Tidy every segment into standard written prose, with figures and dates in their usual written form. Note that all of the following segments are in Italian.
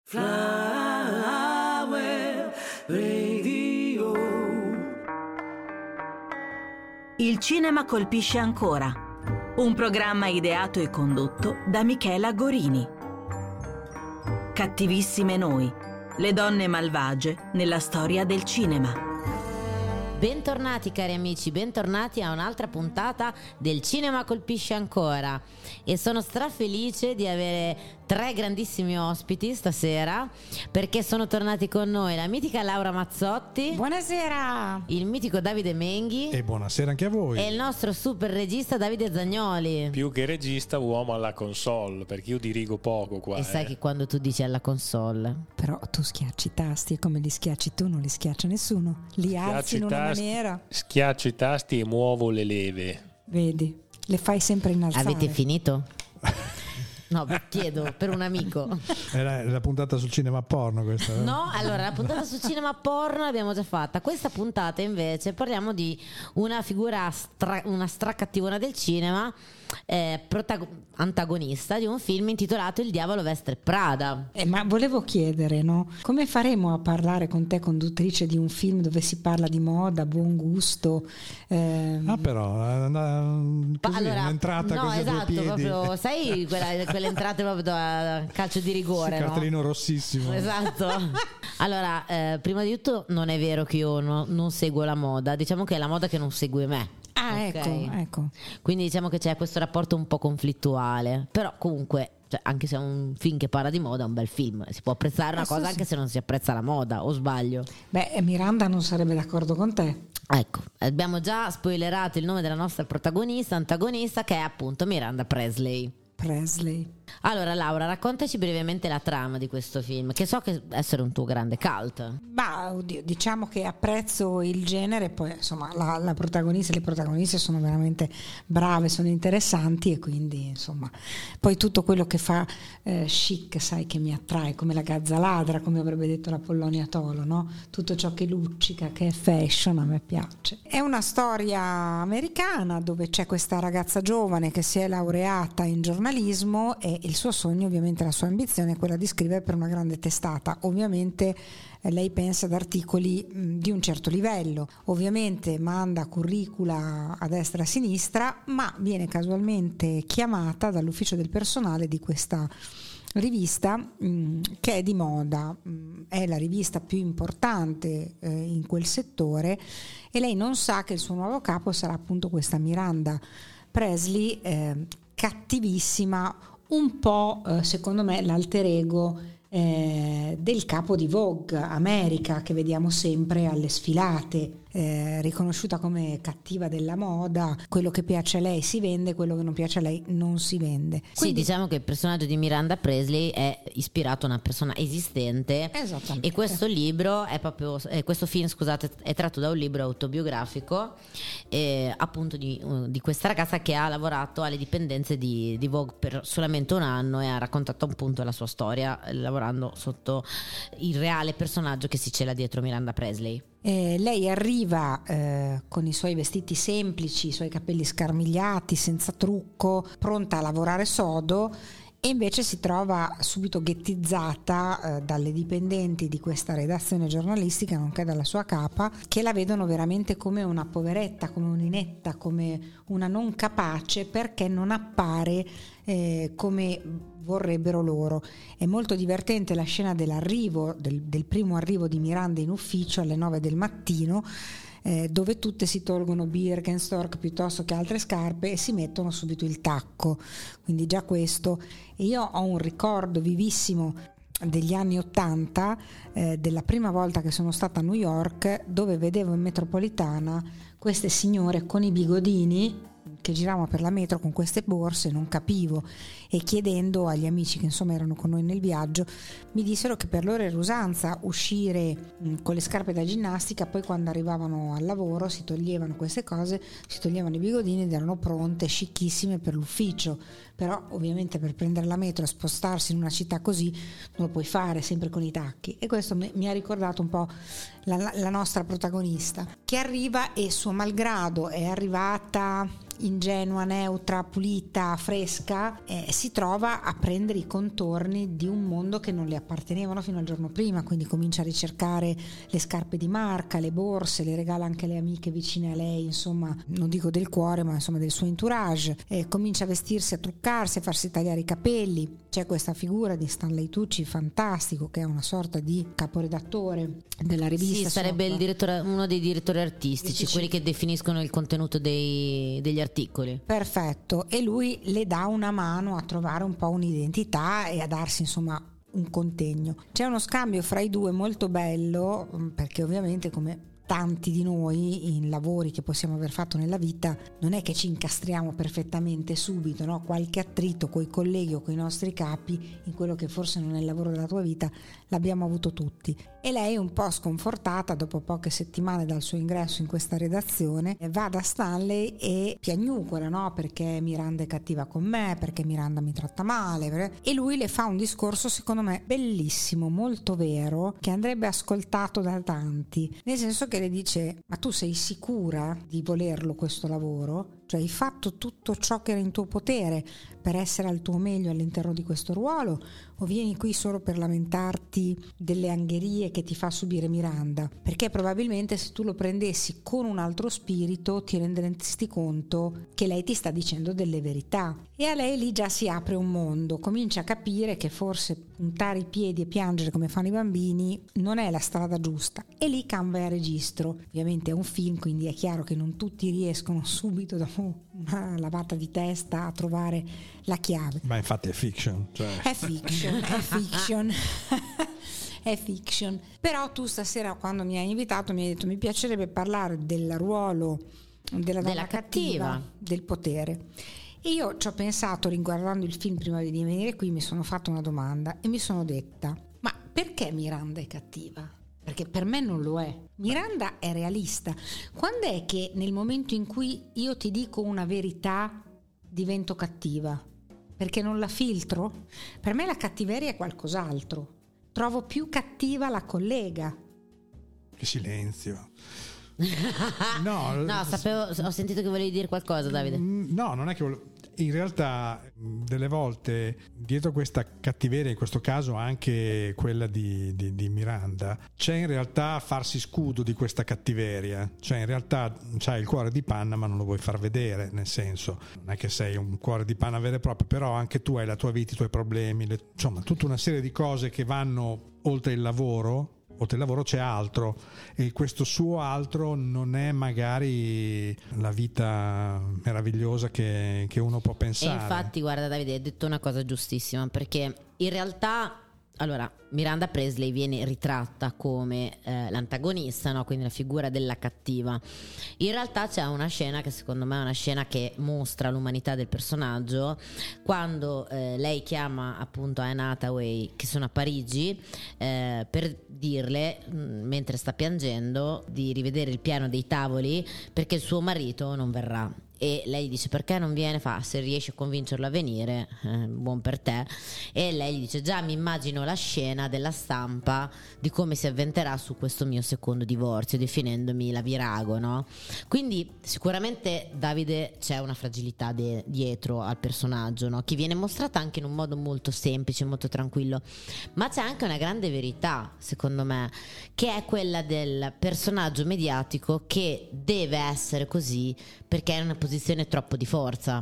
Flower Radio. Il cinema colpisce ancora. Un programma ideato e condotto da Michela Gorini. Cattivissime noi, le donne malvagie nella storia del cinema. Bentornati cari amici, bentornati a un'altra puntata del Cinema Colpisce Ancora. E sono strafelice di avere tre grandissimi ospiti stasera, perché sono tornati con noi la mitica Laura Mazzotti. Buonasera. Il mitico Davide Menghi. E buonasera anche a voi. E il nostro super regista Davide Zagnoli. Più che regista, uomo alla console, perché io dirigo poco qua. E sai che quando tu dici alla console, però tu schiacci i tasti, e come li schiacci tu non li schiaccia nessuno. Li alzi in una maniera. Schiaccio i tasti e muovo le leve. Vedi, le fai sempre innalzare. Avete finito? No, vi chiedo per un amico. Era la puntata sul cinema porno questa, no? No, allora la puntata sul cinema porno l'abbiamo già fatta. Questa puntata invece parliamo di una figura una stracattivona del cinema, antagonista di un film intitolato Il diavolo veste Prada. Ma volevo chiedere, no? Come faremo a parlare con te, conduttrice di un film dove si parla di moda, buon gusto? Però così, allora, un'entrata no, così esatto, a due piedi. proprio, sai quelle entrate proprio a calcio di rigore, sì, no? cartellino rossissimo. Esatto. Allora, prima di tutto non è vero che io non seguo la moda, diciamo che è la moda che non segue me. Ah, Okay. ecco. Quindi diciamo che c'è questo rapporto un po' conflittuale, però comunque, cioè, anche se è un film che parla di moda, è un bel film, si può apprezzare una cosa anche se non si apprezza la moda, o sbaglio? Beh, Miranda non sarebbe d'accordo con te. Ecco, abbiamo già spoilerato il nome della nostra protagonista, antagonista, che è appunto Miranda Presley. Allora Laura, raccontaci brevemente la trama di questo film, che so che essere un tuo grande cult. Ma oddio, diciamo che apprezzo il genere, poi insomma la protagonista e le protagoniste sono veramente brave, sono interessanti, e quindi insomma poi tutto quello che fa chic, sai, che mi attrae, come la gazza ladra, come avrebbe detto la Pollonia Tolo, no? Tutto ciò che luccica, che è fashion, a me piace. È una storia americana dove c'è questa ragazza giovane che si è laureata in giornalismo, e il suo sogno, ovviamente la sua ambizione, è quella di scrivere per una grande testata. Ovviamente lei pensa ad articoli di un certo livello, ovviamente manda curricula a destra e a sinistra, ma viene casualmente chiamata dall'ufficio del personale di questa rivista che è di moda, è la rivista più importante in quel settore, e lei non sa che il suo nuovo capo sarà appunto questa Miranda Presley, cattivissima, un po' secondo me l'alter ego del capo di Vogue America, che vediamo sempre alle sfilate, riconosciuta come cattiva della moda. Quello che piace a lei si vende, quello che non piace a lei non si vende. Quindi, sì, diciamo che il personaggio di Miranda Presley è ispirato a una persona esistente. Esattamente. E questo libro è proprio questo film, scusate, è tratto da un libro autobiografico appunto di questa ragazza che ha lavorato alle dipendenze di Vogue per solamente un anno, e ha raccontato appunto la sua storia lavorando sotto il reale personaggio che si cela dietro Miranda Presley. Lei arriva con i suoi vestiti semplici, i suoi capelli scarmigliati, senza trucco, pronta a lavorare sodo, e invece si trova subito ghettizzata dalle dipendenti di questa redazione giornalistica, nonché dalla sua capa, che la vedono veramente come una poveretta, come un'inetta, come una non capace, perché non appare come vorrebbero loro. È molto divertente la scena dell'arrivo, del primo arrivo di Miranda in ufficio alle 9 del mattino, dove tutte si tolgono Birkenstock piuttosto che altre scarpe e si mettono subito il tacco, quindi già questo. E io ho un ricordo vivissimo degli anni 80, della prima volta che sono stata a New York, dove vedevo in metropolitana queste signore con i bigodini che giravano per la metro con queste borse. Non capivo, e chiedendo agli amici che insomma erano con noi nel viaggio, mi dissero che per loro era usanza uscire con le scarpe da ginnastica, poi quando arrivavano al lavoro si toglievano queste cose, si toglievano i bigodini ed erano pronte, scicchissime per l'ufficio. Però ovviamente per prendere la metro e spostarsi in una città così non lo puoi fare sempre con i tacchi, e questo mi ha ricordato un po' la nostra protagonista, che arriva, e suo malgrado è arrivata ingenua, neutra, pulita, fresca, si trova a prendere i contorni di un mondo che non le appartenevano fino al giorno prima, quindi comincia a ricercare le scarpe di marca, le borse, le regala anche le amiche vicine a lei, insomma, non dico del cuore, ma insomma del suo entourage, comincia a vestirsi, a truccarsi, a farsi tagliare i capelli. C'è questa figura di Stanley Tucci fantastico, che è una sorta di caporedattore della rivista. Sì, sarebbe il direttore, uno dei direttori artistici, quelli che definiscono il contenuto degli articoli. Perfetto, e lui le dà una mano a trovare un po' un'identità e a darsi insomma un contegno. C'è uno scambio fra i due molto bello, perché ovviamente, come tanti di noi in lavori che possiamo aver fatto nella vita, non è che ci incastriamo perfettamente subito, no? Qualche attrito coi colleghi o coi nostri capi in quello che forse non è il lavoro della tua vita l'abbiamo avuto tutti. E lei, un po' sconfortata dopo poche settimane dal suo ingresso in questa redazione, va da Stanley e piagnucola, no? Perché Miranda è cattiva con me, perché Miranda mi tratta male, e lui le fa un discorso secondo me bellissimo, molto vero, che andrebbe ascoltato da tanti, nel senso che le dice: ma tu sei sicura di volerlo questo lavoro? Cioè, hai fatto tutto ciò che era in tuo potere per essere al tuo meglio all'interno di questo ruolo, o vieni qui solo per lamentarti delle angherie che ti fa subire Miranda? Perché probabilmente se tu lo prendessi con un altro spirito ti renderesti conto che lei ti sta dicendo delle verità, e a lei lì già si apre un mondo, comincia a capire che forse puntare i piedi e piangere come fanno i bambini non è la strada giusta, e lì cambia registro. Ovviamente è un film, quindi è chiaro che non tutti riescono subito dopo una lavata di testa a trovare la chiave. Ma infatti è fiction, cioè. È fiction. È fiction. Però tu stasera, quando mi hai invitato, mi hai detto: mi piacerebbe parlare del ruolo della donna cattiva, del potere. E io ci ho pensato, riguardando il film prima di venire qui, mi sono fatta una domanda e mi sono detta: ma perché Miranda è cattiva? Perché per me non lo è. Miranda è realista. Quando è che nel momento in cui io ti dico una verità divento cattiva? Perché non la filtro? Per me la cattiveria è qualcos'altro. Trovo più cattiva la collega. Che silenzio. Ho sentito che volevi dire qualcosa, Davide. No, non è che volevo. In realtà delle volte dietro questa cattiveria, in questo caso anche quella di Miranda, c'è in realtà farsi scudo di questa cattiveria. Cioè, in realtà c'hai il cuore di panna ma non lo vuoi far vedere, nel senso, non è che sei un cuore di panna vero e proprio, però anche tu hai la tua vita, i tuoi problemi, insomma tutta una serie di cose che vanno oltre il lavoro. Oltre il lavoro c'è altro, e questo suo altro non è magari la vita meravigliosa che uno può pensare. E infatti, guarda Davide, hai detto una cosa giustissima, perché in realtà, allora, Miranda Presley viene ritratta come l'antagonista, no? Quindi la figura della cattiva. In realtà c'è una scena che secondo me è una scena che mostra l'umanità del personaggio, quando lei chiama appunto Anne Hathaway, che sono a Parigi, per dirle, mentre sta piangendo, di rivedere il piano dei tavoli perché il suo marito non verrà. E lei gli dice: perché non viene? Fa: se riesci a convincerlo a venire, buon per te. E lei gli dice: già mi immagino la scena della stampa di come si avventerà su questo mio secondo divorzio, definendomi la virago, no? Quindi sicuramente, Davide, c'è una fragilità dietro al personaggio, no? Che viene mostrata anche in un modo molto semplice, molto tranquillo, ma c'è anche una grande verità, secondo me, che è quella del personaggio mediatico che deve essere così perché è una posizione troppo di forza.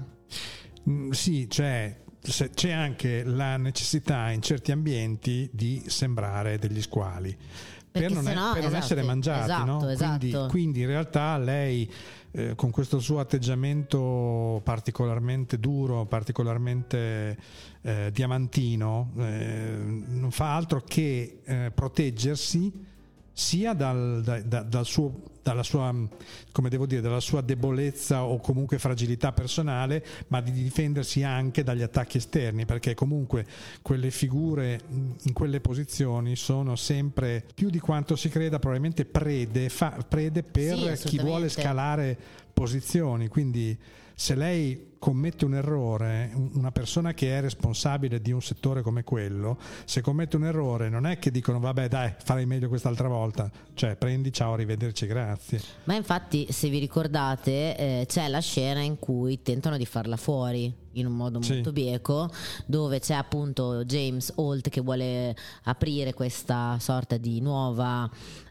Sì, c'è anche la necessità in certi ambienti di sembrare degli squali per non essere mangiati, no? Esatto. Quindi in realtà lei, con questo suo atteggiamento particolarmente duro, particolarmente diamantino, non fa altro che proteggersi sia dalla sua, come devo dire, dalla sua debolezza o comunque fragilità personale, ma di difendersi anche dagli attacchi esterni, perché comunque quelle figure in quelle posizioni sono sempre, più di quanto si creda, probabilmente prede per chi vuole scalare posizioni, quindi se lei commette un errore, una persona che è responsabile di un settore come quello, se commette un errore non è che dicono vabbè dai farai meglio quest'altra volta, cioè prendi ciao arrivederci grazie. Ma infatti se vi ricordate c'è la scena in cui tentano di farla fuori in un modo molto bieco, dove c'è appunto James Holt che vuole aprire questa sorta di nuova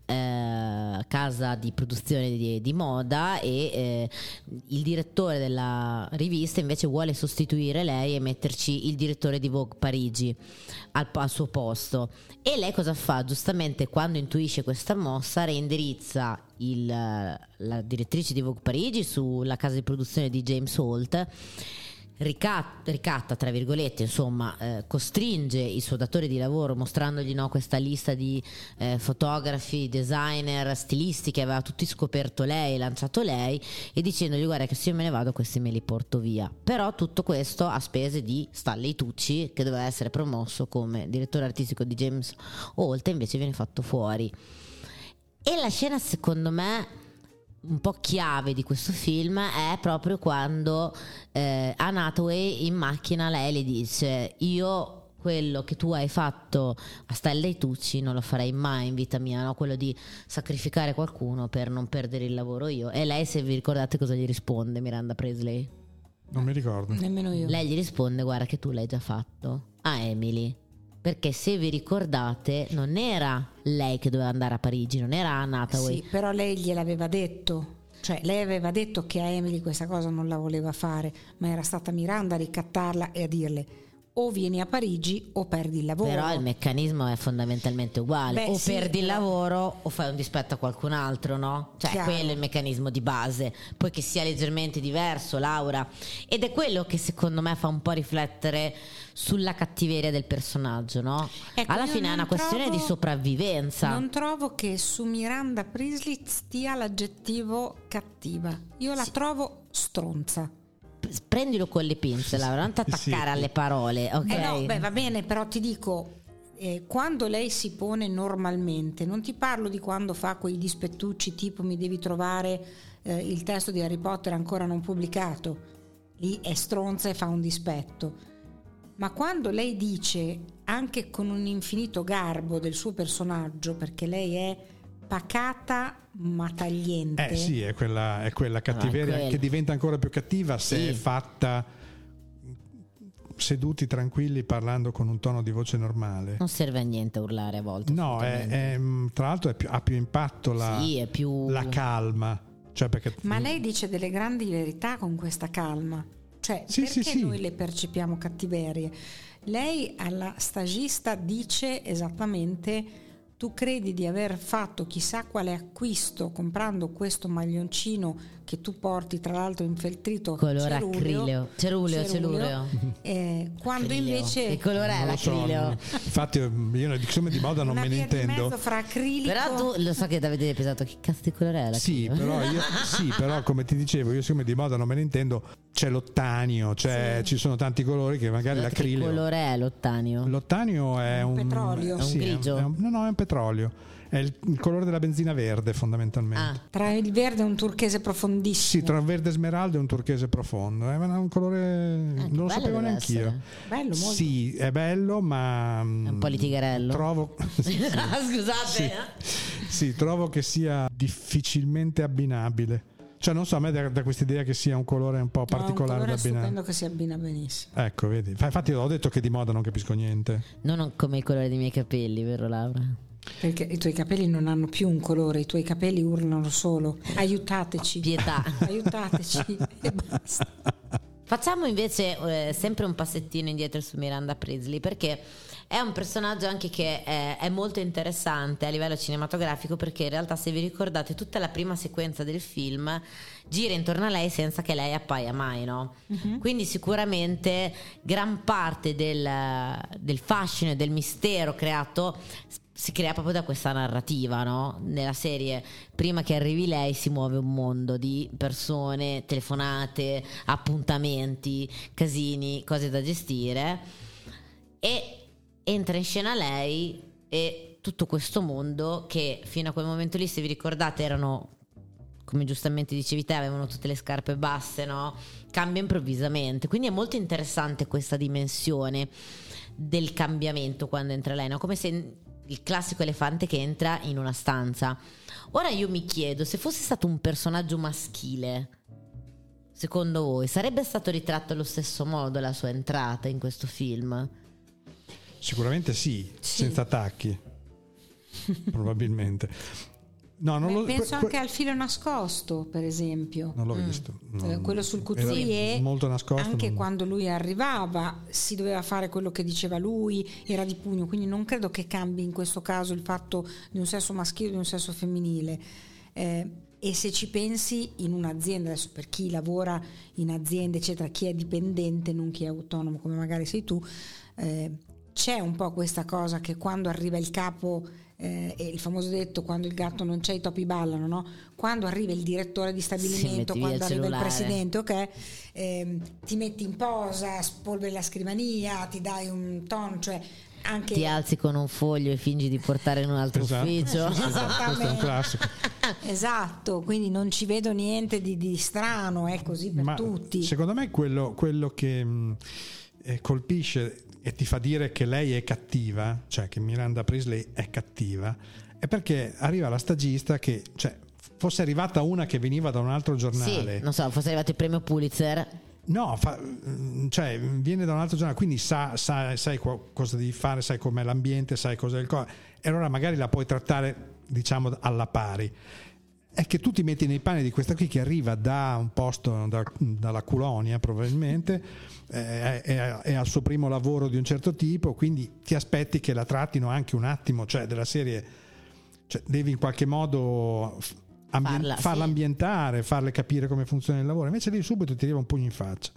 casa di produzione di moda e il direttore della rivista invece vuole sostituire lei e metterci il direttore di Vogue Parigi al suo posto, e lei cosa fa? Giustamente, quando intuisce questa mossa, reindirizza la direttrice di Vogue Parigi sulla casa di produzione di James Holt, ricatta tra virgolette, insomma, costringe il suo datore di lavoro mostrandogli questa lista di fotografi, designer, stilisti che aveva tutti scoperto lei, lanciato lei, e dicendogli guarda che se io me ne vado questi me li porto via. Però tutto questo a spese di Stanley Tucci, che doveva essere promosso come direttore artistico di James Holt, invece viene fatto fuori. E la scena secondo me un po' chiave di questo film è proprio quando Anne Hathaway in macchina lei le dice io quello che tu hai fatto a Stanley Tucci non lo farei mai in vita mia, no? Quello di sacrificare qualcuno per non perdere il lavoro io. E lei, se vi ricordate cosa gli risponde Miranda Priestley? Non mi ricordo. Nemmeno io. Lei gli risponde guarda che tu l'hai già fatto a Emily, perché se vi ricordate non era lei che doveva andare a Parigi, non era Anne Hathaway. Sì, però lei gliel'aveva detto, cioè lei aveva detto che a Emily questa cosa non la voleva fare, ma era stata Miranda a ricattarla e a dirle o vieni a Parigi o perdi il lavoro. Però il meccanismo è fondamentalmente uguale. Beh, sì, perdi il lavoro o fai un dispetto a qualcun altro, no? Cioè Chiaro. quello è il meccanismo di base. Poi che sia leggermente diverso, Laura, ed è quello che secondo me fa un po' riflettere sulla cattiveria del personaggio, no? Ecco, Alla io fine è una non questione trovo- di sopravvivenza. Non trovo che su Miranda Priestley stia l'aggettivo cattiva. Io la trovo stronza. Prendilo con le pinze, Laura, non ti attaccare Sì. alle parole, ok? No, beh, va bene, però ti dico, quando lei si pone normalmente, non ti parlo di quando fa quei dispettucci tipo mi devi trovare il testo di Harry Potter ancora non pubblicato, lì è stronza e fa un dispetto, ma quando lei dice anche con un infinito garbo del suo personaggio, perché lei è pacata ma tagliente. Sì, è quella cattiveria quella. che diventa ancora più cattiva se Sì. è fatta seduti tranquilli parlando con un tono di voce normale. Non serve a niente urlare a volte. No, tra l'altro ha più impatto Sì, è più la calma, cioè perché Ma lei dice delle grandi verità con questa calma. Cioè, Sì, perché sì, sì. noi le percepiamo cattiverie? Lei alla stagista dice esattamente: tu credi di aver fatto chissà quale acquisto comprando questo maglioncino che tu porti, tra l'altro in feltrito colore acrileo, ceruleo. quando Acrileo. invece Che colore è non lo so. l'acrileo? Infatti io insomma di moda non una me ne via di intendo. mezzo fra acrilico. Però tu lo so che Davide è pesato, che cazzo di colore è Sì, l'acrileo? però come ti dicevo, io siccome di moda non me ne intendo, c'è l'ottanio, ci sono tanti colori che magari Che l'acrileo. colore è l'ottanio? L'ottanio è un petrolio. È un grigio? No, è un petrolio. È il colore della benzina verde fondamentalmente. Ah, Tra il verde e un turchese Sì, profondissimo. tra un verde smeraldo e un turchese profondo. È un colore non lo bello sapevo deve neanch'io. essere. Bello, molto. Sì, è bello, ma è un po' litigarello. trovo Scusate. sì, trovo che sia difficilmente abbinabile. Cioè, non so, a me da questa idea che sia un colore un po' No, è un particolare colore da abbinare. stupendo che si abbina benissimo. Ecco, vedi. Infatti ho detto che di moda non capisco niente. Non come il colore dei miei capelli, vero Laura? Perché i tuoi capelli non hanno più un colore, i tuoi capelli urlano solo aiutateci, Pietà. aiutateci e basta. Facciamo invece sempre un passettino indietro su Miranda Priestley, perché è un personaggio anche che è molto interessante a livello cinematografico, perché in realtà, se vi ricordate, tutta la prima sequenza del film gira intorno a lei senza che lei appaia mai, no? Quindi sicuramente gran parte del fascino e del mistero creato si crea proprio da questa narrativa, no? Nella serie, prima che arrivi lei, si muove un mondo di persone, telefonate, appuntamenti, casini, cose da gestire, e entra in scena lei e tutto questo mondo che fino a quel momento lì, se vi ricordate, erano come giustamente dicevi te, avevano tutte le scarpe basse, no? Cambia improvvisamente, quindi è molto interessante questa dimensione del cambiamento quando entra lei, no? Come se il classico elefante che entra in una stanza. Ora io mi chiedo, se fosse stato un personaggio maschile, secondo voi sarebbe stato ritratto allo stesso modo la sua entrata in questo film? Sicuramente sì. Senza tacchi. Probabilmente. No, non penso anche al filo nascosto, per esempio. Non l'ho visto. Quello sul couturier, molto nascosto. anche quando lui arrivava si doveva fare quello che diceva lui, era di pugno, quindi non credo che cambi in questo caso il fatto di un sesso maschile o di un sesso femminile. E se ci pensi, in un'azienda, adesso per chi lavora in azienda eccetera, chi è dipendente, non chi è autonomo come magari sei tu, c'è un po' questa cosa che quando arriva il capo, e il famoso detto quando il gatto non c'è i topi ballano, no? Quando arriva il direttore di stabilimento, quando arriva il presidente, ok, ti metti in posa, spolveri la scrivania, ti dai un tono, cioè anche ti alzi con un foglio e fingi di portare in un altro ufficio. Questo è un classico. Esatto, quindi non ci vedo niente di strano, è così per tutti. Secondo me quello che colpisce e ti fa dire che lei è cattiva, cioè che Miranda Priestley è cattiva, è perché arriva la stagista che, cioè, fosse arrivata una che veniva da un altro giornale, sì, non so, fosse arrivato il premio Pulitzer, no, cioè viene da un altro giornale, quindi sai cosa devi fare, sai com'è l'ambiente, sai cos'è il e allora magari la puoi trattare, diciamo, alla pari. È che tu ti metti nei panni di questa qui che arriva da un posto, dalla colonia probabilmente, è al suo primo lavoro di un certo tipo, quindi ti aspetti che la trattino anche un attimo, cioè della serie, cioè devi in qualche modo farla ambientare, farle capire come funziona il lavoro, invece lì subito ti arriva un pugno in faccia,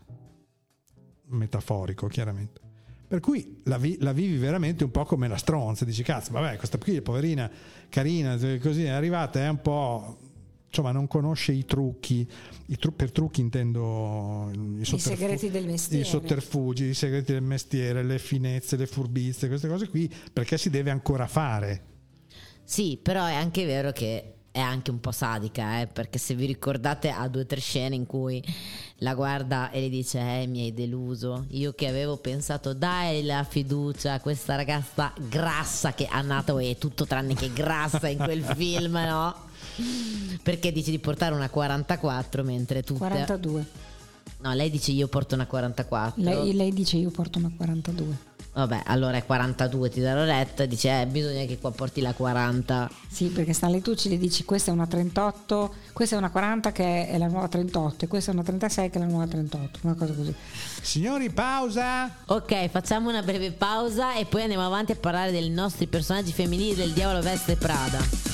metaforico chiaramente, per cui la vivi veramente un po' come la stronza, dici cazzo vabbè, questa qui poverina carina così è arrivata, è un po', insomma, non conosce i trucchi, per trucchi intendo i segreti del mestiere, i sotterfugi, i segreti del mestiere, le finezze, le furbizie, queste cose qui, perché si deve ancora fare. Sì, però è anche vero che è anche un po' sadica, perché se vi ricordate ha 2 o 3 scene in cui la guarda e le dice mi hai deluso, io che avevo pensato dai la fiducia a questa ragazza grassa che ha nato è tutto tranne che grassa in quel film, no? Perché dice di portare una 44 mentre tutte 42. No, lei dice io porto una 44. Lei dice io porto una 42. Vabbè, allora è 42, ti darò retta. Dice bisogna che qua porti la 40. Sì, perché Stanley Tucci le dici questa è una 38, questa è una 40 che è la nuova 38 e questa è una 36 che è la nuova 38, una cosa così. Signori, pausa. Ok, facciamo una breve pausa e poi andiamo avanti a parlare dei nostri personaggi femminili del Diavolo Veste Prada.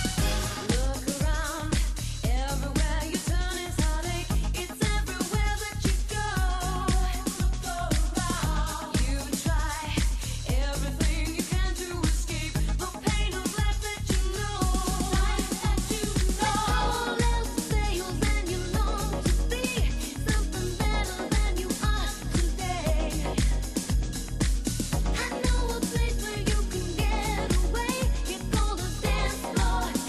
I know a place where you can get away. It's called a dance floor.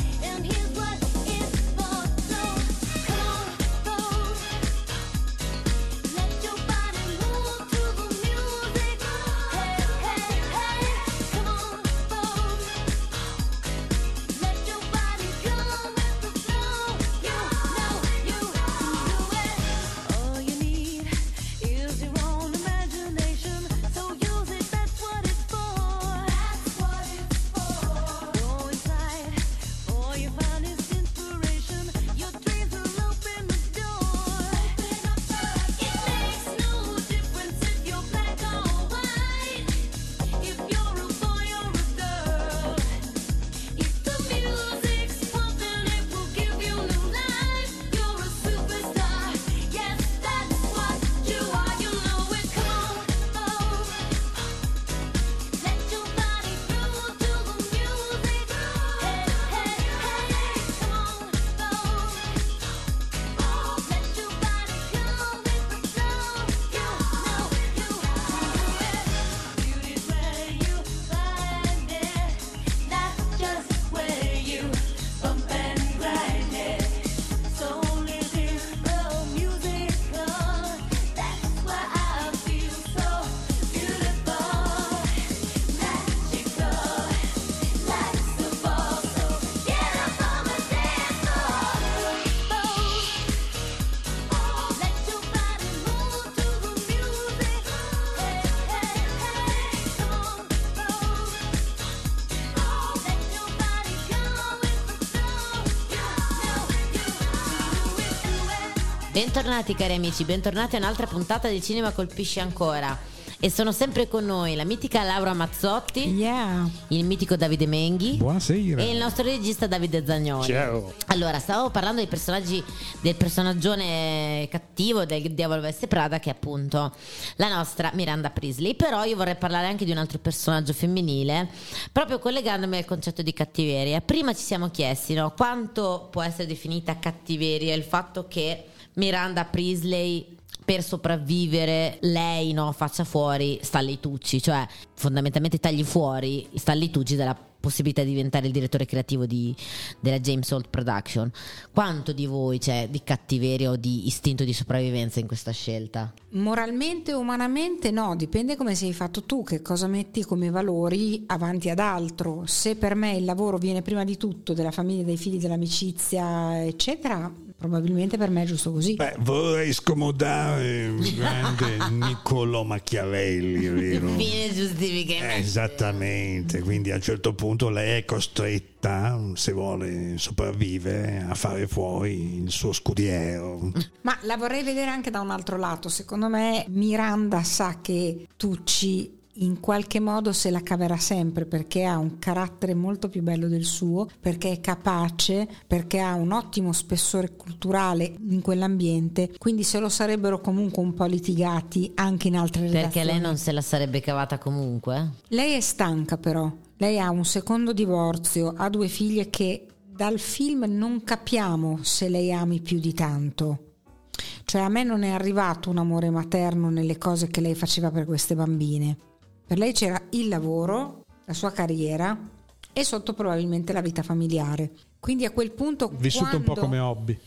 Bentornati cari amici, bentornati a un'altra puntata di Cinema Colpisce Ancora. E sono sempre con noi la mitica Laura Mazzotti, il mitico Davide Menghi. Buonasera. E il nostro regista Davide Zagnoli. Ciao. Allora, stavo parlando dei personaggi, del personaggione cattivo del Diavolo Veste Prada, che è appunto la nostra Miranda Priestly. Però io vorrei parlare anche di un altro personaggio femminile, proprio collegandomi al concetto di cattiveria. Prima ci siamo chiesti, no, quanto può essere definita cattiveria il fatto che Miranda Priestly, per sopravvivere, lei, no, faccia fuori Stanley Tucci, cioè fondamentalmente tagli fuori Stanley Tucci dalla possibilità di diventare il direttore creativo della James Holt Production. Quanto di voi c'è di cattiveria o di istinto di sopravvivenza in questa scelta? Moralmente o umanamente no, dipende come sei fatto tu, che cosa metti come valori avanti ad altro. Se per me il lavoro viene prima di tutto, della famiglia, dei figli, dell'amicizia, eccetera, probabilmente per me è giusto così. Beh, vorrei scomodare il grande Niccolò Machiavelli, vero? Fine giustifica. Esattamente, quindi a un certo punto lei è costretta, se vuole sopravvivere, a fare fuori il suo scudiero. Ma la vorrei vedere anche da un altro lato. Secondo me Miranda sa che Tucci in qualche modo se la caverà sempre, perché ha un carattere molto più bello del suo, perché è capace, perché ha un ottimo spessore culturale in quell'ambiente, quindi se lo sarebbero comunque un po' litigati anche in altre redazioni. Perché lei non se la sarebbe cavata comunque? Lei è stanca però, lei ha un secondo divorzio, ha 2 figlie che dal film non capiamo se lei ami più di tanto. Cioè a me non è arrivato un amore materno nelle cose che lei faceva per queste bambine. Per lei c'era il lavoro, la sua carriera e sotto probabilmente la vita familiare. Quindi a quel punto Vissuto un po' come hobby.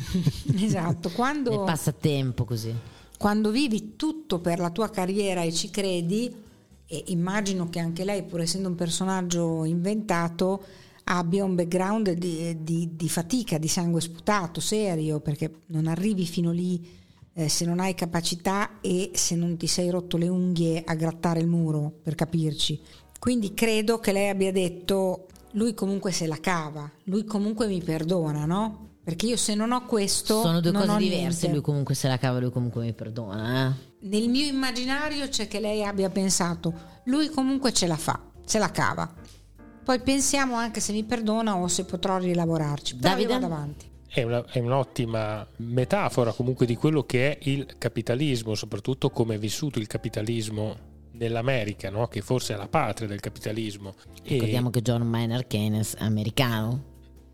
Esatto, Il passatempo così. quando vivi tutto per la tua carriera e ci credi, e immagino che anche lei, pur essendo un personaggio inventato, abbia un background di fatica, di sangue sputato, serio, perché non arrivi fino lì se non hai capacità e se non ti sei rotto le unghie a grattare il muro, per capirci. Quindi credo che lei abbia detto: lui comunque se la cava, lui comunque mi perdona, no? Perché io se non ho questo sono 2 non cose ho diverse. niente. Lui comunque se la cava, lui comunque mi perdona, Nel mio immaginario c'è che lei abbia pensato: lui comunque ce la fa, se la cava, poi pensiamo anche se mi perdona o se potrò rilavorarci. Però io Davide? vado avanti. È un'ottima metafora comunque di quello che è il capitalismo, soprattutto come è vissuto il capitalismo nell'America, no? Che forse è la patria del capitalismo. Ricordiamo che John Maynard Keynes è americano.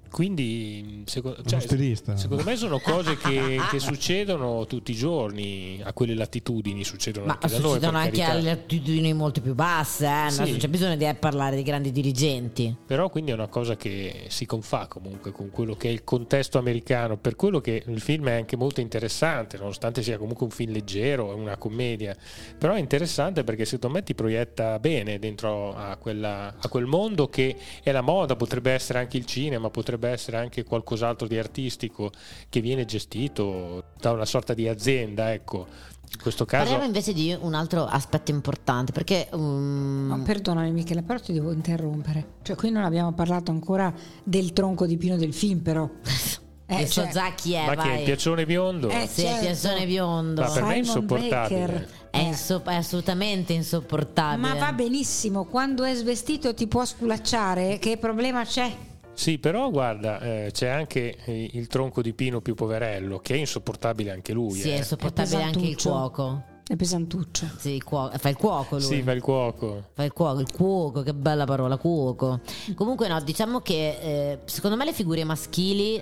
Quindi Uno stilista. secondo me sono cose che succedono tutti i giorni, a quelle latitudini succedono Ma anche da noi, succedono per anche carità. alle attitudini molto più basse, Sì. non c'è bisogno di parlare di grandi dirigenti. Però quindi è una cosa che si confà comunque con quello che è il contesto americano, per quello che il film è anche molto interessante, nonostante sia comunque un film leggero, è una commedia, però è interessante perché secondo me ti proietta bene dentro a quel mondo che è la moda, potrebbe essere anche il cinema, potrebbe essere anche qualcos'altro di artistico che viene gestito da una sorta di azienda, ecco. In questo caso Parliamo invece di un altro aspetto importante, perché No, perdonami Michele, però ti devo interrompere. Cioè qui non abbiamo parlato ancora del tronco di pino del film, però. io so cioè, già chi è, ma che è vai. il piacione biondo? Sì, certo. il piacione biondo. Ma per me è Simon insopportabile. Baker. È assolutamente insopportabile. Ma va benissimo, quando è svestito ti può sculacciare, che problema c'è? Sì, però guarda, c'è anche il tronco di pino più poverello, che è insopportabile anche lui. Sì, è insopportabile È anche il pesantuccio. cuoco. È pesantuccio. Sì, fa il cuoco lui. Sì, fa il cuoco. Fa il cuoco, che bella parola, cuoco. Comunque no, diciamo che secondo me le figure maschili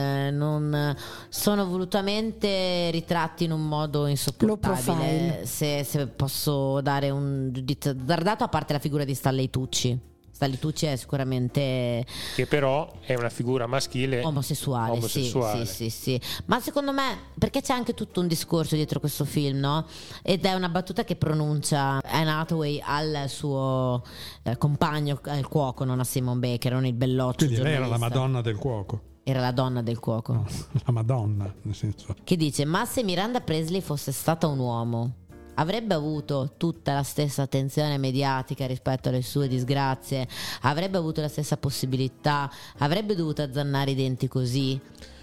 non sono volutamente ritratti in un modo insopportabile. Se posso dare un giudizio azzardato, a parte la figura di Stanley Tucci. Stanley Tucci è sicuramente Che però è una figura maschile omosessuale. omosessuale. Sì. Ma secondo me, perché c'è anche tutto un discorso dietro questo film, no? Ed è una battuta che pronuncia Anne Hathaway al suo compagno, al cuoco, non a Simon Baker, non il belloccio Quindi lei era la giornalista. Madonna del cuoco. Era la donna del cuoco. No, la Madonna, nel senso. Che dice: ma se Miranda Priestly fosse stata un uomo, avrebbe avuto tutta la stessa attenzione mediatica rispetto alle sue disgrazie? Avrebbe avuto la stessa possibilità? Avrebbe dovuto azzannare i denti così?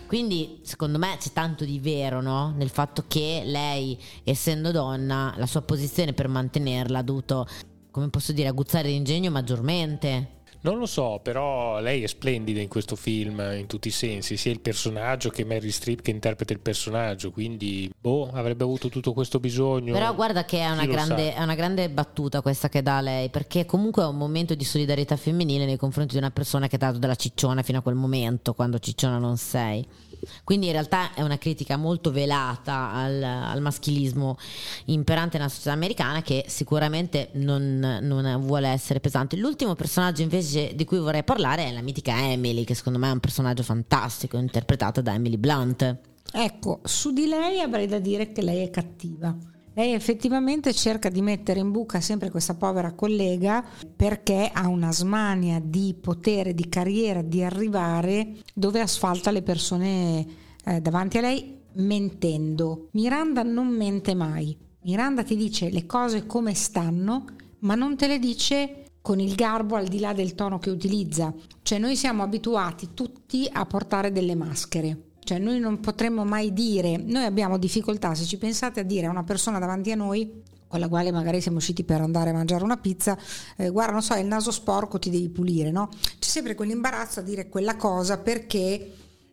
Quindi secondo me c'è tanto di vero, no? Nel fatto che lei, essendo donna, la sua posizione per mantenerla ha dovuto, come posso dire, aguzzare l'ingegno maggiormente. Non lo so, però lei è splendida in questo film in tutti i sensi, sia il personaggio che Meryl Streep che interpreta il personaggio, quindi avrebbe avuto tutto questo bisogno. Però guarda che è una grande battuta questa che dà lei, perché comunque è un momento di solidarietà femminile nei confronti di una persona che ha dato della cicciona fino a quel momento, quando cicciona non sei. Quindi in realtà è una critica molto velata al maschilismo imperante nella società americana, che sicuramente non vuole essere pesante. L'ultimo personaggio invece di cui vorrei parlare è la mitica Emily, che secondo me è un personaggio fantastico, interpretato da Emily Blunt. Ecco, su di lei avrei da dire che lei è cattiva. Lei effettivamente cerca di mettere in buca sempre questa povera collega, perché ha una smania di potere, di carriera, di arrivare dove asfalta le persone davanti a lei mentendo. Miranda non mente mai. Miranda ti dice le cose come stanno, ma non te le dice con il garbo al di là del tono che utilizza. Cioè noi siamo abituati tutti a portare delle maschere. Cioè noi non potremmo mai dire, noi abbiamo difficoltà, se ci pensate, a dire a una persona davanti a noi, con la quale magari siamo usciti per andare a mangiare una pizza, guarda, non so, hai il naso sporco, ti devi pulire, no? C'è sempre quell'imbarazzo a dire quella cosa perché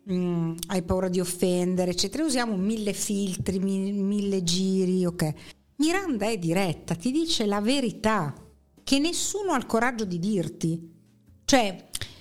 hai paura di offendere, eccetera. Usiamo 1000 filtri, 1000 giri, ok. Miranda è diretta, ti dice la verità, che nessuno ha il coraggio di dirti. Cioè...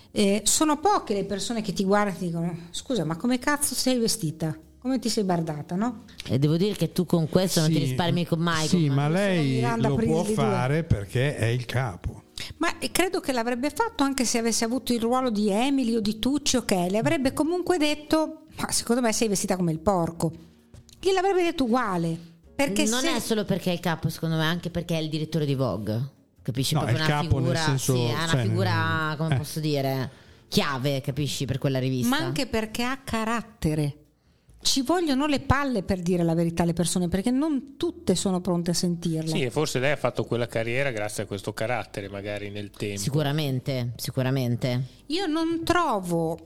sono poche le persone che ti guardano e ti dicono scusa, ma come cazzo sei vestita? Come ti sei bardata, no? E devo dire che tu con questo non ti risparmi mai. Sì, ma lei lo può Priestley fare perché è il capo. Ma credo che l'avrebbe fatto anche se avesse avuto il ruolo di Emily o di Tucci, ok? Le avrebbe comunque detto, ma secondo me sei vestita come il porco. Gliel'avrebbe detto uguale. Perché non è solo perché è il capo, secondo me, anche perché è il direttore di Vogue. Capisci? No, Proprio è il una capo, figura, nel senso, sì, è una cioè, figura, come posso dire, chiave, capisci, per quella rivista. Ma anche perché ha carattere. Ci vogliono le palle per dire la verità alle persone, perché non tutte sono pronte a sentirla. Sì, e forse lei ha fatto quella carriera grazie a questo carattere, magari nel tempo. Sicuramente. Io non trovo,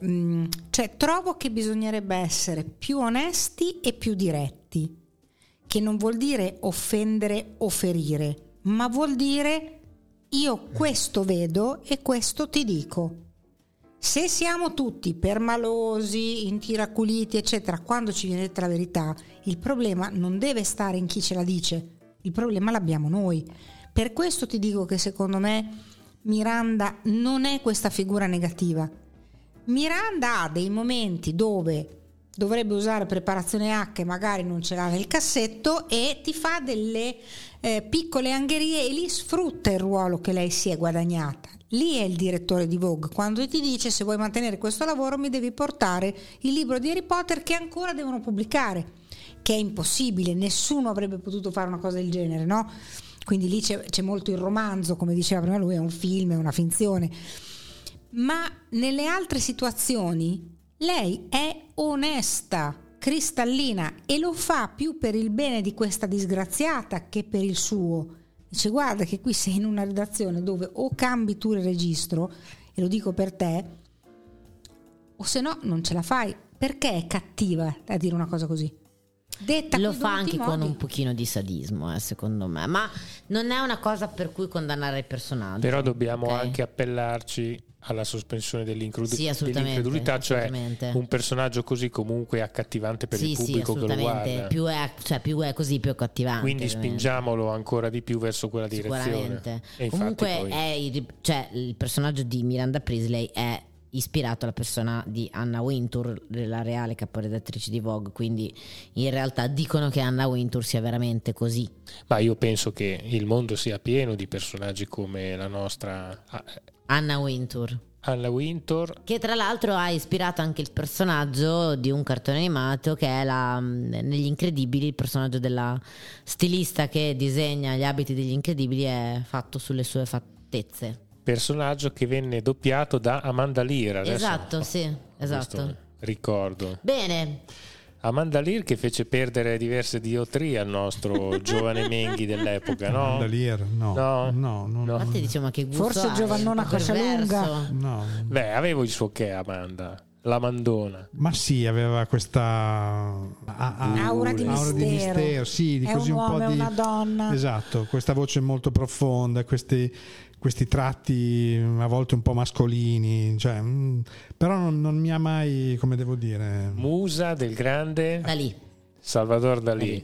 trovo che bisognerebbe essere più onesti e più diretti, che non vuol dire offendere o ferire, ma vuol dire io questo vedo e questo ti dico. Se siamo tutti permalosi, intiraculiti, eccetera, quando ci viene detta la verità, il problema non deve stare in chi ce la dice, il problema l'abbiamo noi. Per questo ti dico che secondo me Miranda non è questa figura negativa. Miranda ha dei momenti dove dovrebbe usare preparazione H e magari non ce l'ha nel cassetto e ti fa delle piccole angherie e lì sfrutta il ruolo che lei si è guadagnata. Lì è il direttore di Vogue quando ti dice se vuoi mantenere questo lavoro mi devi portare il libro di Harry Potter che ancora devono pubblicare, che è impossibile, nessuno avrebbe potuto fare una cosa del genere, no? Quindi lì c'è molto il romanzo, come diceva prima lui, è un film, è una finzione, ma nelle altre situazioni lei è onesta, cristallina, e lo fa più per il bene di questa disgraziata che per il suo. Dice guarda che qui sei in una redazione dove o cambi tu il registro, e lo dico per te, o se no non ce la fai. Perché è cattiva a dire una cosa così? Detta lo fa anche con un pochino di sadismo, secondo me, ma non è una cosa per cui condannare il personaggio. Però dobbiamo anche appellarci alla sospensione dell'incredulità, cioè un personaggio così comunque è accattivante per il pubblico che lo guarda. Più è così, più è accattivante. Quindi spingiamolo ancora di più verso quella direzione. Comunque il personaggio di Miranda Priestley è ispirato alla persona di Anna Wintour, la reale caporedattrice di Vogue, quindi in realtà dicono che Anna Wintour sia veramente così. Ma io penso che il mondo sia pieno di personaggi come la nostra Anna Wintour, che tra l'altro ha ispirato anche il personaggio di un cartone animato che è negli Incredibili, il personaggio della stilista che disegna gli abiti degli Incredibili è fatto sulle sue fattezze. Personaggio che venne doppiato da Amanda Lear. Esatto, sì, esatto. Ricordo. Bene. Amanda Lear che fece perdere diverse diottrie al nostro giovane Menghi dell'epoca, no? Amanda Lear, no. Infatti diciamo che gusto forse Giovannona Coscialunga. No. Beh, avevo il suo che Amanda. La Mandona. Ma sì, aveva questa aura di mistero. Sì, di è così un un uomo, po' è di una donna. Esatto, questa voce molto profonda, questi tratti a volte un po' mascolini, cioè, però non mi ha mai, come devo dire, Musa del grande Dalì. Salvador Dalì.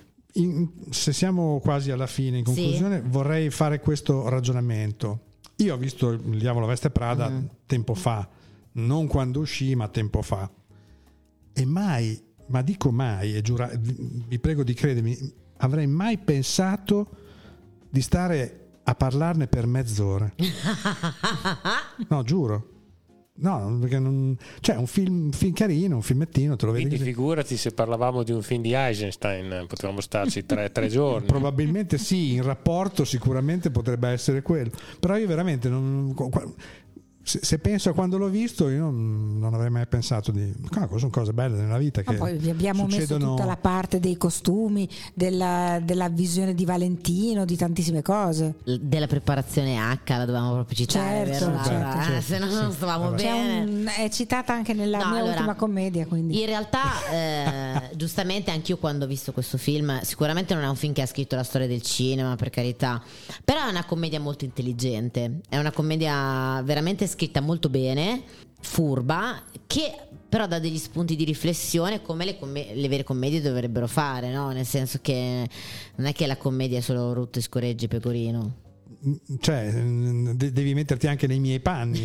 Se siamo quasi alla fine, in conclusione, vorrei fare questo ragionamento. Io ho visto Il Diavolo veste Prada tempo fa, non quando uscì, ma tempo fa, e mai, ma dico mai, e vi prego di credermi, avrei mai pensato di stare a parlarne per mezz'ora. No, giuro. No, perché cioè un film carino, un filmettino, te lo vedi. Quindi figurati se parlavamo di un film di Eisenstein, potevamo starci tre giorni. Probabilmente sì, in rapporto sicuramente potrebbe essere quello. Però io veramente se penso a quando l'ho visto, io non avrei mai pensato di sono cose belle nella vita che poi vi abbiamo succedono. messo tutta la parte dei costumi, della visione di Valentino, di tantissime cose, della preparazione H, la dovevamo proprio citare, certo, vero, Laura? certo. Se no non stavamo bene. è citata anche nella mia ultima commedia, quindi in realtà giustamente anch'io quando ho visto questo film, sicuramente non è un film che ha scritto la storia del cinema, per carità, però è una commedia molto intelligente, è una commedia veramente scritta molto bene, furba, che però dà degli spunti di riflessione come le vere commedie dovrebbero fare, no? Nel senso che non è che la commedia è solo rotto e scorreggi pecorino. Cioè devi metterti anche nei miei panni.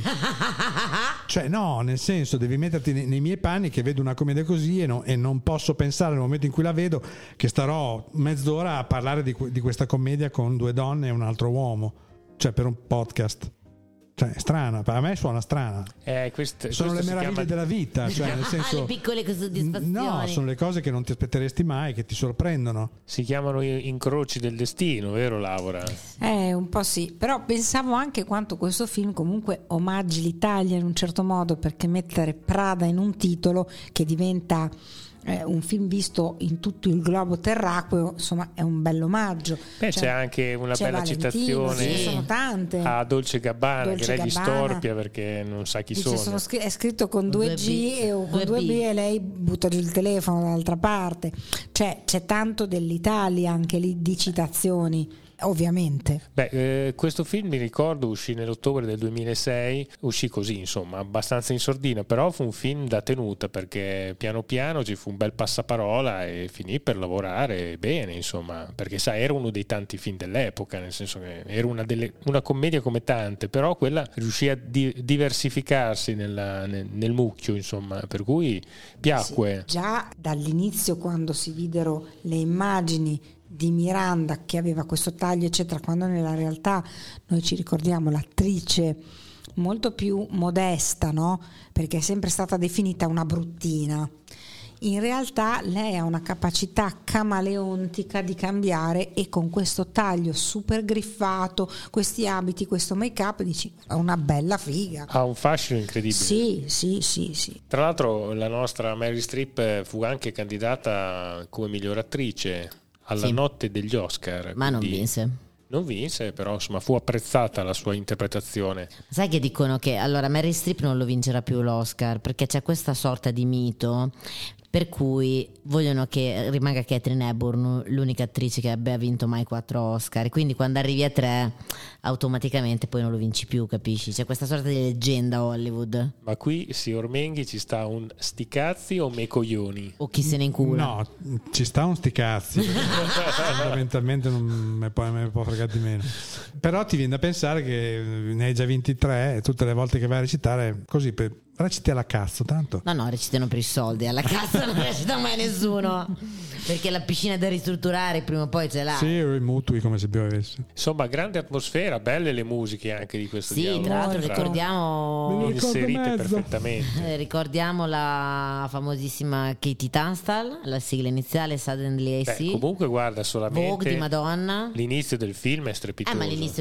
Cioè no, nel senso devi metterti nei miei panni, che vedo una commedia così e non posso pensare nel momento in cui la vedo che starò mezz'ora a parlare di questa commedia con due donne e un altro uomo, cioè per un podcast. Cioè, è strana, a me suona strana. Sono le meraviglie della vita, cioè nel senso, le piccole soddisfazioni. No, sono le cose che non ti aspetteresti mai, che ti sorprendono. Si chiamano incroci del destino, vero Laura? Un po' sì, però pensavo anche quanto questo film comunque omaggi l'Italia in un certo modo, perché mettere Prada in un titolo che diventa un film visto in tutto il globo terracqueo, insomma è un bel omaggio. C'è anche una bella Valentino, citazione, sono tante, a Dolce Gabbana, che lei gli storpia perché non sa chi sono. È scritto con 2G o con 2B e lei butta giù il telefono dall'altra parte, cioè c'è tanto dell'Italia anche lì di citazioni, ovviamente. Questo film, mi ricordo, uscì nell'ottobre del 2006, uscì così, insomma, abbastanza in sordina, però fu un film da tenuta, perché piano piano ci fu un bel passaparola e finì per lavorare bene, insomma, perché sai, era uno dei tanti film dell'epoca, nel senso che era una commedia come tante, però quella riuscì a diversificarsi nel mucchio, insomma, per cui piacque. Sì, già dall'inizio, quando si videro le immagini di Miranda che aveva questo taglio eccetera, quando nella realtà noi ci ricordiamo l'attrice molto più modesta, no? Perché è sempre stata definita una bruttina. In realtà lei ha una capacità camaleontica di cambiare, e con questo taglio super griffato, questi abiti, questo make up, dici è una bella figa, ha un fascino incredibile. Sì. Tra l'altro la nostra Meryl Streep fu anche candidata come miglior attrice alla notte degli Oscar, ma non vinse. Non vinse, però insomma fu apprezzata la sua interpretazione. Sai che dicono che allora Meryl Streep non lo vincerà più l'Oscar, perché c'è questa sorta di mito per cui vogliono che rimanga Katharine Hepburn l'unica attrice che abbia vinto mai 4 Oscar, quindi quando arrivi a 3 automaticamente poi non lo vinci più, capisci? C'è questa sorta di leggenda a Hollywood. Ma qui, signor Menghi, ci sta un sti cazzi o me coglioni? O chi se ne incula? No, ci sta un sti cazzi. Fondamentalmente non me può fregare di meno. Però ti viene da pensare che ne hai già 23 e tutte le volte che vai a recitare così reciti alla cazzo, tanto. No, recitano per i soldi, alla cazzo non recita mai nessuno, perché la piscina da ristrutturare prima o poi ce l'ha. Sì, o i mutui come se piovesse. Insomma, grande atmosfera, belle le musiche anche di questo diavolo. Tra l'altro ricordiamo inserite perfettamente. Ricordiamo la famosissima Katie Tunstall, la sigla iniziale Suddenly I See. Comunque guarda, solamente Vogue di Madonna. L'inizio del film è strepitoso. Ma l'inizio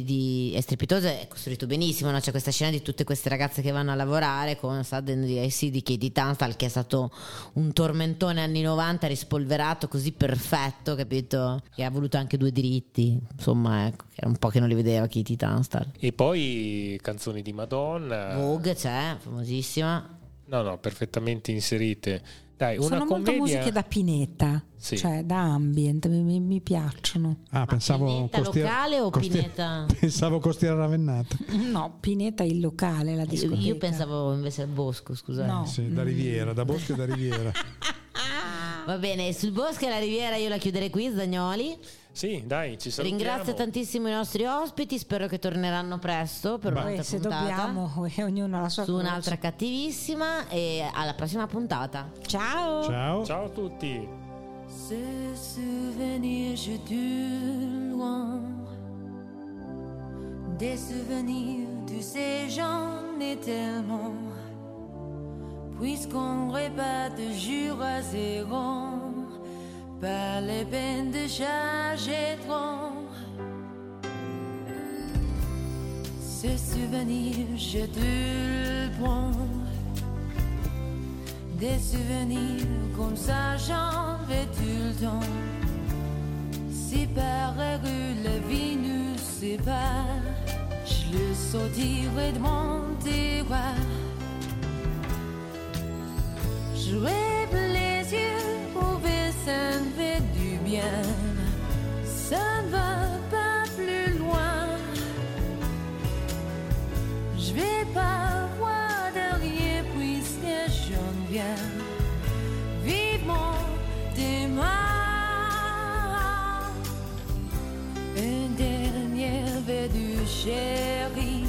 è strepitoso, è costruito benissimo, no? C'è questa scena di tutte queste ragazze che vanno a lavorare con Suddenly I See di Katie Tunstall, che è stato un tormentone anni 90 rispolverato così perfetto, capito? Che ha voluto anche 2 diritti, insomma, ecco, era un po' che non li vedeva Katie Tunstall. E poi canzoni di Madonna. Vogue c'è, famosissima. No, perfettamente inserite. Dai, una sono commedia... molto musiche da pineta, Sì. cioè da ambient, mi piacciono. Pensavo Pineta locale o Pineta? Pensavo Costiera Ravennata. No, pineta il locale, la discoteca. Io pensavo invece al bosco, scusate. No. Sì, da Riviera, da Bosco e da Riviera. Va bene, sul bosco e la riviera io la chiuderei qui, Zagnoli. Sì, dai, ci salutiamo. Ringrazio tantissimo i nostri ospiti, spero che torneranno presto per un'altra Se puntata. dobbiamo, ognuno ha la sua Su croce. un'altra cattivissima e alla prossima puntata. Ciao. Ciao. Ciao a tutti. Ces souvenirs, j'ai dû loin. Des souvenirs, tu sais, j'en ai tellement. Puisqu'on répète jour à zéro, pas les peines de charger trop. Ces souvenirs, je te le prends. Des souvenirs comme ça, j'en vais tout le temps. Si par erreur la vie nous sépare, je le sortirai de mon tiroir. J'aurai les yeux ouverts, ça ne fait du bien. Ça ne va pas plus loin. Je vais pas voir derrière puisque j'en viens. Vivement demain. Un dernier verre du chéri.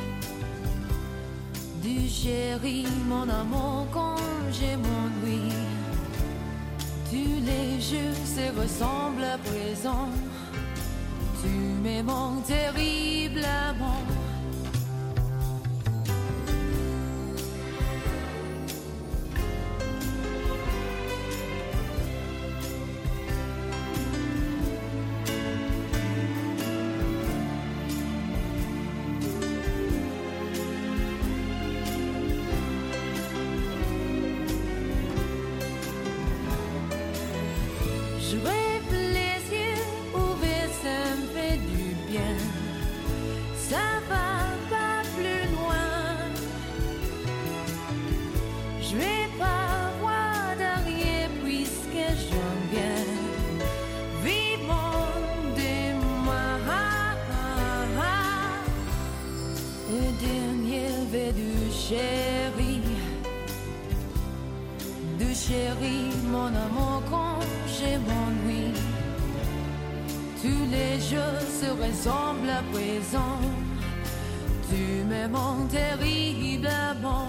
Du chéri, mon amour, quand je m'ennuie. Tous les jours se ressemblent à présent. Tu me manques terriblement. Je rêve les yeux ouverts, ça me fait du bien. Ça va pas plus loin. Je vais pas voir derrière puisque j'en viens. Vivement de moi. Le dernier verre du chéri. Du chéri, mon amour, quand je m'ennuie. Tous les jours se ressemblent à présent. Tu me manques terriblement.